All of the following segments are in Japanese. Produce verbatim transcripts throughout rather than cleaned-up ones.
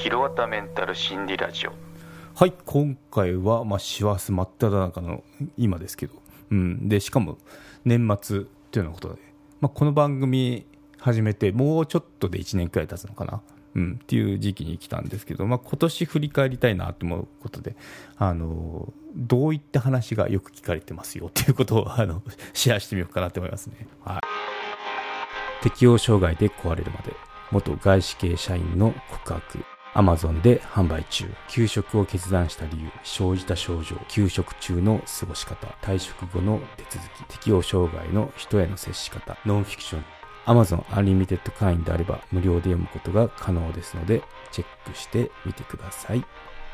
ひろわたメンタル心理ラジオ。 はい、今回はまあ師走真っ只中の今ですけど、うん、でしかも年末というようなことで、まあ、この番組始めてもうちょっとでいちねんくらい経つのかな、うん、っていう時期に来たんですけど、まあ、今年振り返りたいなと思うことで、あのどういった話がよく聞かれてますよということをあのシェアしてみようかなと思いますね。はい、適応障害で壊れるまで、元外資系社員の告白。アマゾンで販売中。休職を決断した理由、生じた症状、休職中の過ごし方、退職後の手続き、適応障害の人への接し方、ノンフィクション。アマゾンアンリミテッド会員であれば無料で読むことが可能ですので、チェックしてみてください。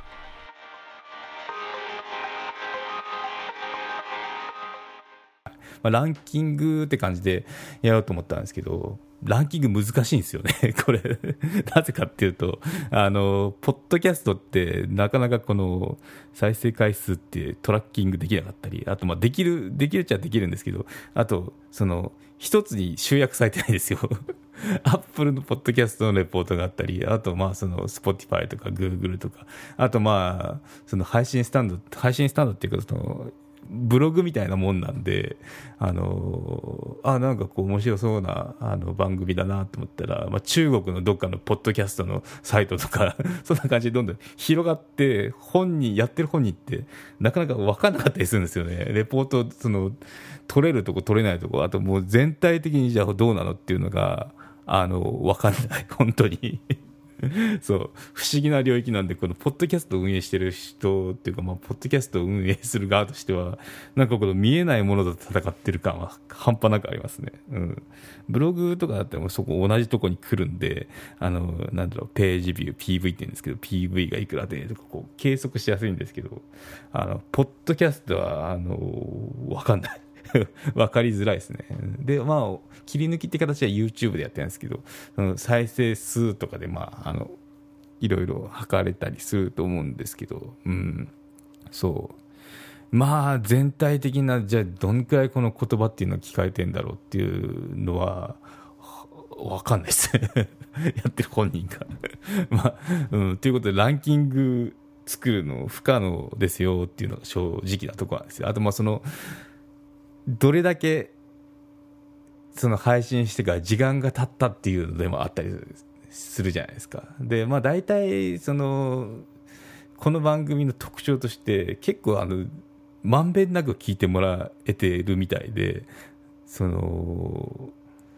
まあ、ランキングって感じでやろうと思ったんですけど、ランキング難しいんですよねこれなぜかっていうと、あのポッドキャストってなかなかこの再生回数ってトラッキングできなかったり、あとまあできるできるっちゃできるんですけど、あとその一つに集約されてないんですよアップルのポッドキャストのレポートがあったり、あとまあその Spotify とか Google とか、あとまあその配信スタンド配信スタンドっていうか、そのブログみたいなもんなんで、あのあなんかこう面白そうなあの番組だなと思ったら、まあ、中国のどっかのポッドキャストのサイトとかそんな感じでどんどん広がって、本人やってる本人ってなかなか分かんなかったりするんですよね。レポートその取れるとこ取れないとこ、あともう全体的にじゃあどうなのっていうのがあの分かんない本当にそう不思議な領域なんで、このポッドキャストを運営してる人っていうか、まあ、ポッドキャストを運営する側としては、なんかこの見えないものと戦ってる感は半端なくありますね。うん、ブログとかだってもそこ同じとこに来るんで、あのなんだろう、ページビュー ピーブイ って言うんですけど、 ピーブイ がいくらでとかこう計測しやすいんですけど、あのポッドキャストはあの分かんない分かりづらいですね。でまあ切り抜きって形は YouTube でやってるんですけど、その再生数とかでまああのいろいろ測れたりすると思うんですけど、うん、そうまあ全体的な、じゃあどんくらいこの言葉っていうのを聞かれてるんだろうっていうのは分かんないですやってる本人がまあ、うん、ということでランキング作るの不可能ですよっていうのが正直なところなんですよ。あとまあそのどれだけその配信してから時間が経ったっていうのでもあったりするじゃないですか。でまあ大体そのこの番組の特徴として結構あのまんべんなく聞いてもらえてるみたいで、その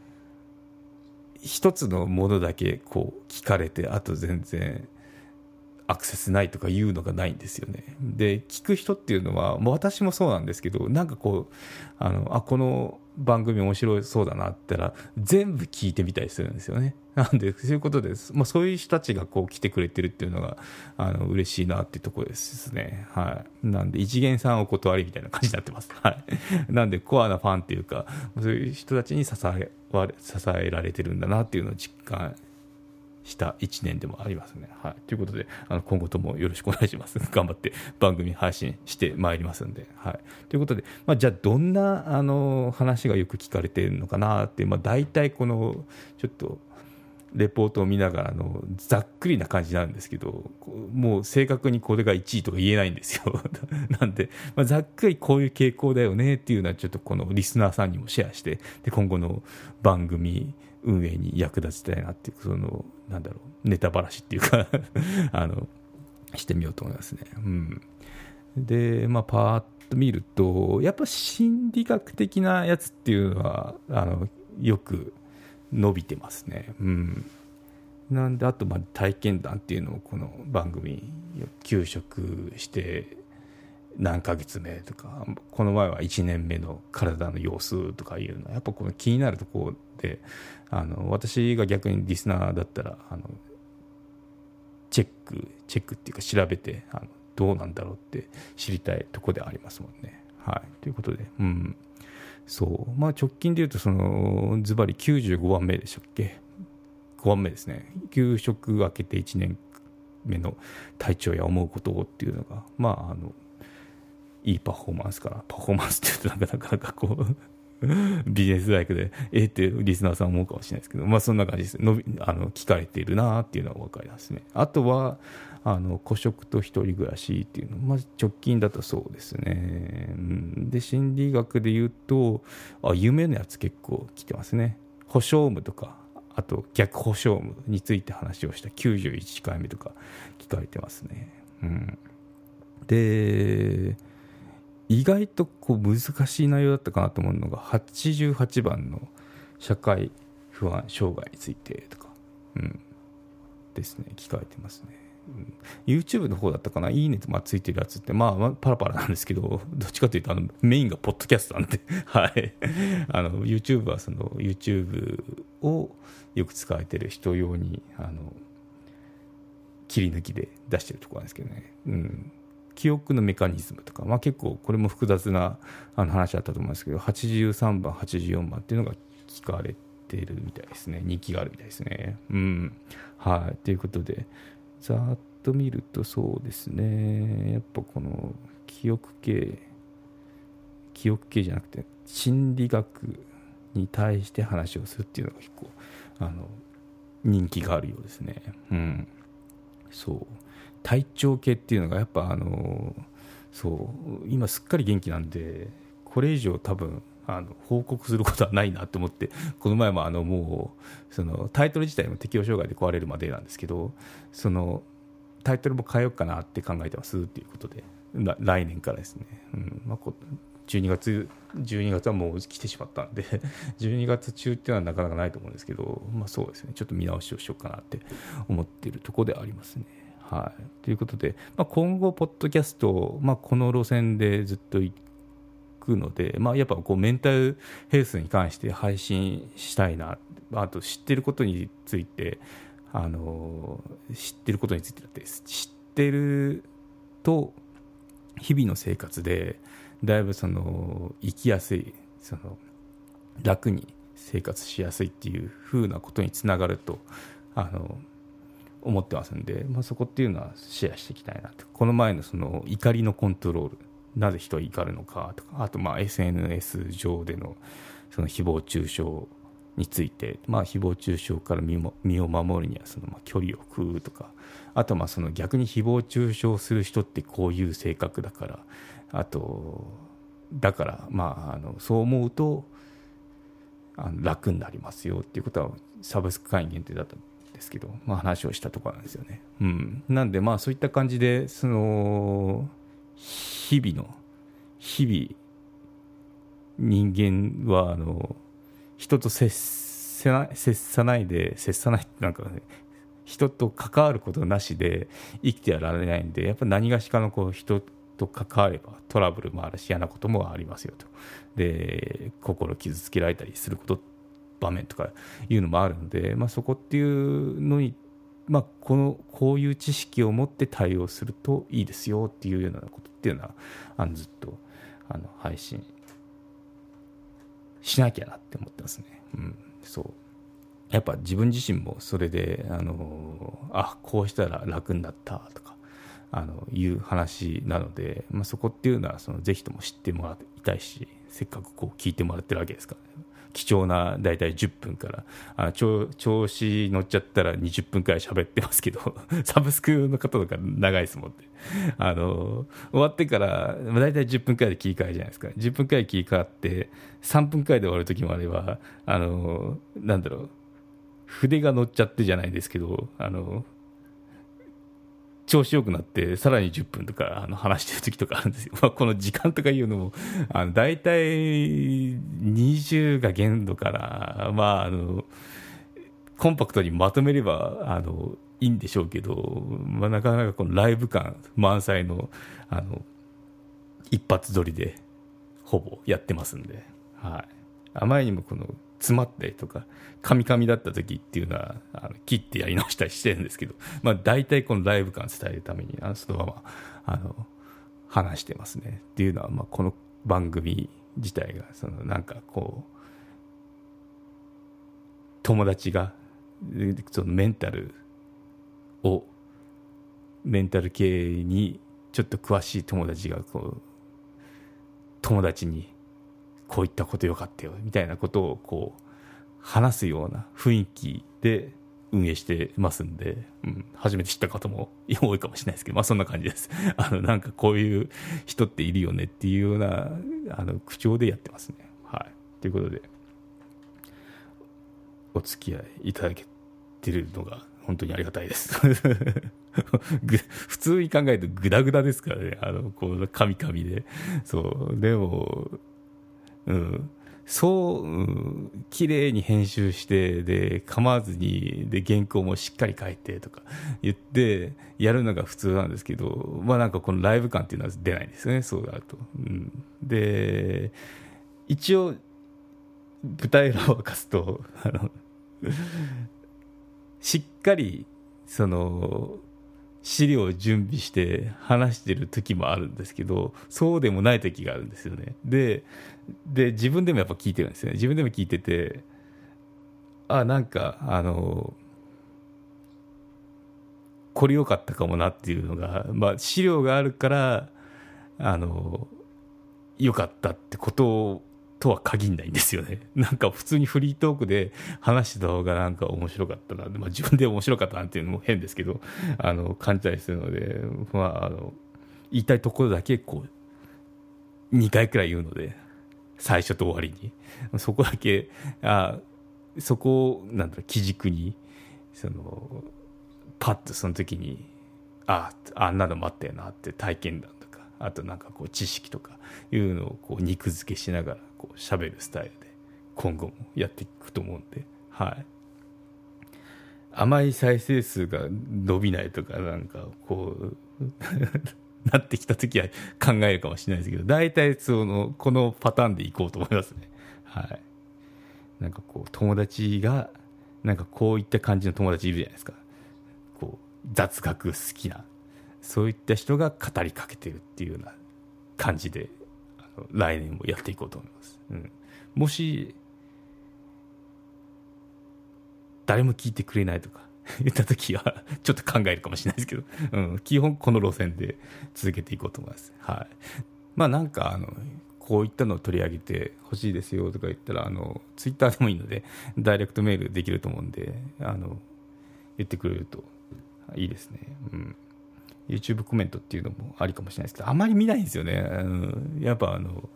一つのものだけこう聞かれて、あと全然アクセスないとかいうのがないんですよね。で聞く人っていうのはもう私もそうなんですけど、なんかこうあのあこの番組面白そうだなって言ったら全部聞いてみたりするんですよね。なんでそういうことです、まあ、そういう人たちがこう来てくれてるっていうのがあの嬉しいなっていうところですね。はい、なんで一元さんお断りみたいな感じになってます。はい、なんでコアなファンっていうか、そういう人たちに支え支えられてるんだなっていうのを実感したいちねんでもありますね。はい、ということであの今後ともよろしくお願いします。頑張って番組配信してまいりますんで。はい、ということで、まあ、じゃあどんなあの話がよく聞かれているのかなって、まあ、大体このちょっとレポートを見ながらのざっくりな感じなんですけど、もう正確にこれがいちいとか言えないんですよなんで、まあ、ざっくりこういう傾向だよねっていうのはちょっとこのリスナーさんにもシェアして、で今後の番組運営に役立ちたいなっていう、そのなんだろう、ネタばらしっていうかあのしてみようと思いますね。うん、でまあパーッと見るとやっぱ心理学的なやつっていうのはあのよく伸びてますね。うん、なんであとまあ体験談っていうのをこの番組休職して何ヶ月目とか、この前はいちねんめの体の様子とかいうのはやっぱこの気になるところで、あの私が逆にリスナーだったらあのチェックチェックっていうか調べて、あのどうなんだろうって知りたいところでありますもんね。はい、ということで、うん、そうまあ直近でいうとそのズバリきゅうじゅうごばんめでしたっけ、ごばんめですね。休職明けていちねんめの体調や思うことをっていうのが、まああのいいパフォーマンスから、パフォーマンスって言うとなかなかこうビジネスライクでえー、ってリスナーさん思うかもしれないですけど、まあそんな感じです。のびあの聞かれているなっていうのは分かりますね。あとはあの孤食と一人暮らしっていうの、まあ、直近だとそうですね、うん、で心理学で言うとあ夢のやつ結構来てますね。保証夢とかあと逆保証夢について話をしたきゅうじゅういちかいめとか聞かれてますね、うん、で意外とこう難しい内容だったかなと思うのがはちじゅうはちばんの社会不安障害についてとか、うん、ですね聞かれてますね、うん、YouTube の方だったかないいねとまあついてるやつってまあまあパラパラなんですけどどっちかというとあのメインがポッドキャストなんではいあの YouTube はその YouTube をよく使われてる人用にあの切り抜きで出してるところなんですけどね、うん記憶のメカニズムとか、まあ、結構これも複雑なあの話だったと思うんですけどはちじゅうさんばんはちじゅうよんばんっていうのが聞かれてるみたいですね。人気があるみたいですね。うんはいということでざーっと見るとそうですねやっぱこの記憶系記憶系じゃなくて心理学に対して話をするっていうのが結構あの人気があるようですね。うんそう体調系っていうのがやっぱあのそう今すっかり元気なんでこれ以上多分あの報告することはないなと思ってこの前もあのもうそのタイトル自体も適応障害で壊れるまでなんですけどそのタイトルも変えようかなって考えてますっていうことで来年からですね、うんまあ、こじゅうにがつじゅうにがつはもう来てしまったんでじゅうにがつ中っていうのはなかなかないと思うんですけど、まあ、そうですねちょっと見直しをしようかなって思っているところではありますね。はい、ということで、まあ、今後、ポッドキャスト、まあ、この路線でずっと行くので、まあ、やっぱこうメンタルヘルスに関して配信したいな、あと知ってることについて、あの知ってることについてだって知ってると日々の生活でだいぶその生きやすいその楽に生活しやすいっていう風なことにつながるとあの思ってますんで、まあ、そこっていうのはシェアしていきたいなと。この前のその怒りのコントロールなぜ人は怒るのかとかあとまあ エスエヌエス 上でのその誹謗中傷について、まあ、誹謗中傷から身も身を守るにはそのまあ距離を食うとかあとまあその逆に誹謗中傷する人ってこういう性格だからあとだからまああのそう思うとあの楽になりますよっていうことはサブスク会員限定だったですけど、まあ、話をしたところなんですよね、うん、なんでまあそういった感じでその日々の日々人間はあの人と接せな接さないで接さないってなんか、ね、人と関わることなしで生きてはられないんでやっぱ何がしかのこう人と関わればトラブルもあるし嫌なこともありますよとで心傷つけられたりすること場面とかいうのもあるので、まあ、そこっていうのに、まあ、このこういう知識を持って対応するといいですよっていうようなことっていうのはあのずっとあの配信しなきゃなって思ってますね、うん、そうやっぱ自分自身もそれであのあこうしたら楽になったとかあのいう話なので、まあ、そこっていうのはそのぜひとも知ってもらいたいしせっかくこう聞いてもらってるわけですからね貴重なだいたいじゅっぷんからあの 調, 調子乗っちゃったらにじゅっぷんくらい喋ってますけどサブスクの方とか長いですもんねあの終わってからだいたいじゅっぷんくらいで切り替えじゃないですかじゅっぷんくらい切り替わってさんぷんくらいで終わる時もあればあのなんだろう筆が乗っちゃってじゃないですけどあの調子よくなってさらにじゅっぷんとかあの話してる時とかあるんですよ、まあ、この時間とかいうのもあの大体にじゅうが限度から、まあ、あのコンパクトにまとめればあのいいんでしょうけど、まあ、なかなかこのライブ感満載の、あの一発撮りでほぼやってますんで、はい、あまりにもこの詰まったりとかカミカミだった時っていうのはあの切ってやり直したりしてるんですけど、まあ、大体このライブ感伝えるためにあのそのままあの話してますねっていうのは、まあ、この番組自体がそのなんかこう友達がそのメンタルをメンタル系にちょっと詳しい友達がこう友達にこういったことよかったよみたいなことをこう話すような雰囲気で運営してますんで、うん、初めて知った方も多いかもしれないですけど、まあそんな感じです。あのなんかこういう人っているよねっていうようなあの口調でやってますね。はい。ということでお付き合いいただけてるのが本当にありがたいです。普通に考えるとグダグダですからね。あのこうカミカミで、そうでも、うん。そう、うん、綺麗に編集してで構わずにで原稿もしっかり書いてとか言ってやるのが普通なんですけど、まあなんかこのライブ感っていうのは出ないんですよね、そうなると、うん、で一応舞台裏を明かすとあのしっかりその資料を準備して話してる時もあるんですけど、そうでもない時があるんですよね。で、で自分でもやっぱ聞いてるんですよね。自分でも聞いてて、あ、なんかあのこれ良かったかもなっていうのが、まあ資料があるからあの良かったってこととは限らないんですよね。なんか普通にフリートークで話してた方がなんか面白かったな、まあ、自分で面白かったなっていうのも変ですけど、あの感じたりするので、まあ、あの言いたいところだけこうにかいくらい言うので、最初と終わりにそこだけ、あそこをなんだろう基軸にそのパッとその時にああんなのもあったよなって体験談とか、あとなんかこう知識とかいうのをこう肉付けしながらこう喋るスタイルで今後もやっていくと思うんで、はい。あまり再生数が伸びないとかなんかこうなってきた時は考えるかもしれないですけど、大体そのこのパターンでいこうと思いますね。はい。なんかこう友達がなんかこういった感じの友達いるじゃないですか。こう雑学好きなそういった人が語りかけてるっていうような感じであの来年もやっていこうと思います。うん、もし誰も聞いてくれないとか言った時はちょっと考えるかもしれないですけど、うん、基本この路線で続けていこうと思います。はい。まあなんかあのこういったのを取り上げてほしいですよとか言ったらあのツイッターでもいいのでダイレクトメールできると思うんで、あの言ってくれるといいですね。うん。YouTube コメントっていうのもありかもしれないですけど、あまり見ないんですよね。うん、やっぱあの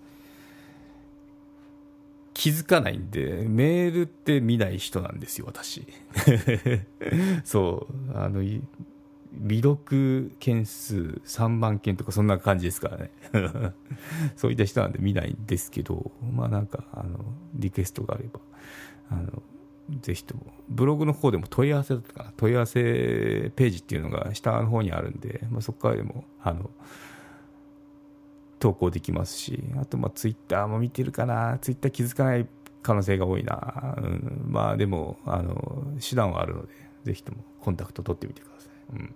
気づかないんで、メールって見ない人なんですよ、私。そう、あの未読件数さんまんけんとかそんな感じですからね。そういった人なんで見ないんですけど、まあなんかあのリクエストがあればあのぜひともブログの方でも問い合わせだったかな、問い合わせページっていうのが下の方にあるんで、まあ、そこからでもあの投稿できますし、あとまあツイッターも見てるかな、ツイッター気づかない可能性が多いな、うん、まあでもあの手段はあるのでぜひともコンタクト取ってみてください。うん、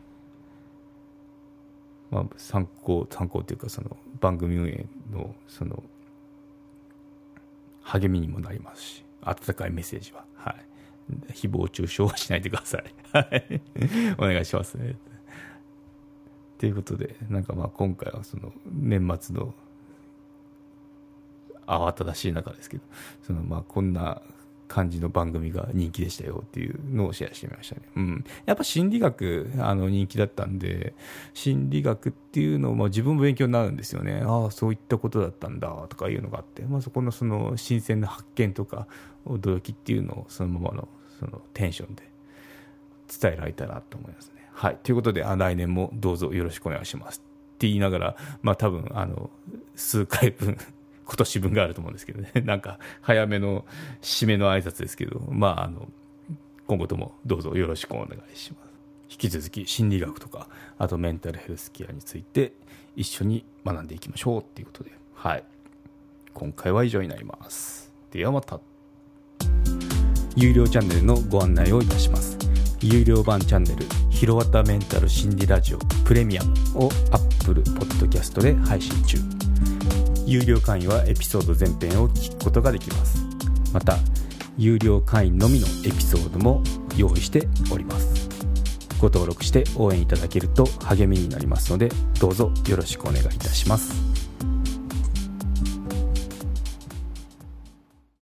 まあ、参考参考というかその番組運営のその励みにもなりますし、温かいメッセージは、はい、誹謗中傷はしないでください。はい、お願いしますね。ということで、なんかまあ今回はその年末の慌ただしい中ですけど、そのまあこんな感じの番組が人気でしたよっていうのをシェアしてみましたね。うん、やっぱ心理学あの人気だったんで、心理学っていうのも自分も勉強になるんですよね。ああそういったことだったんだとかいうのがあって、まあ、そこのその新鮮な発見とか驚きっていうのをそのままのそのテンションで伝えられたなと思いますね。はい、ということで、あ来年もどうぞよろしくお願いしますって言いながら、まあ多分あの数回分今年分があると思うんですけどね。なんか早めの締めの挨拶ですけど、まああの今後ともどうぞよろしくお願いします。引き続き心理学とかあとメンタルヘルスケアについて一緒に学んでいきましょうっていうことで、はい、今回は以上になります。ではまた。有料チャンネルのご案内をいたします。有料版チャンネルひろわたメンタル心理ラジオプレミアムを Apple Podcast で配信中。有料会員はエピソード全編を聞くことができます。また有料会員のみのエピソードも用意しております。ご登録して応援いただけると励みになりますので、どうぞよろしくお願いいたします。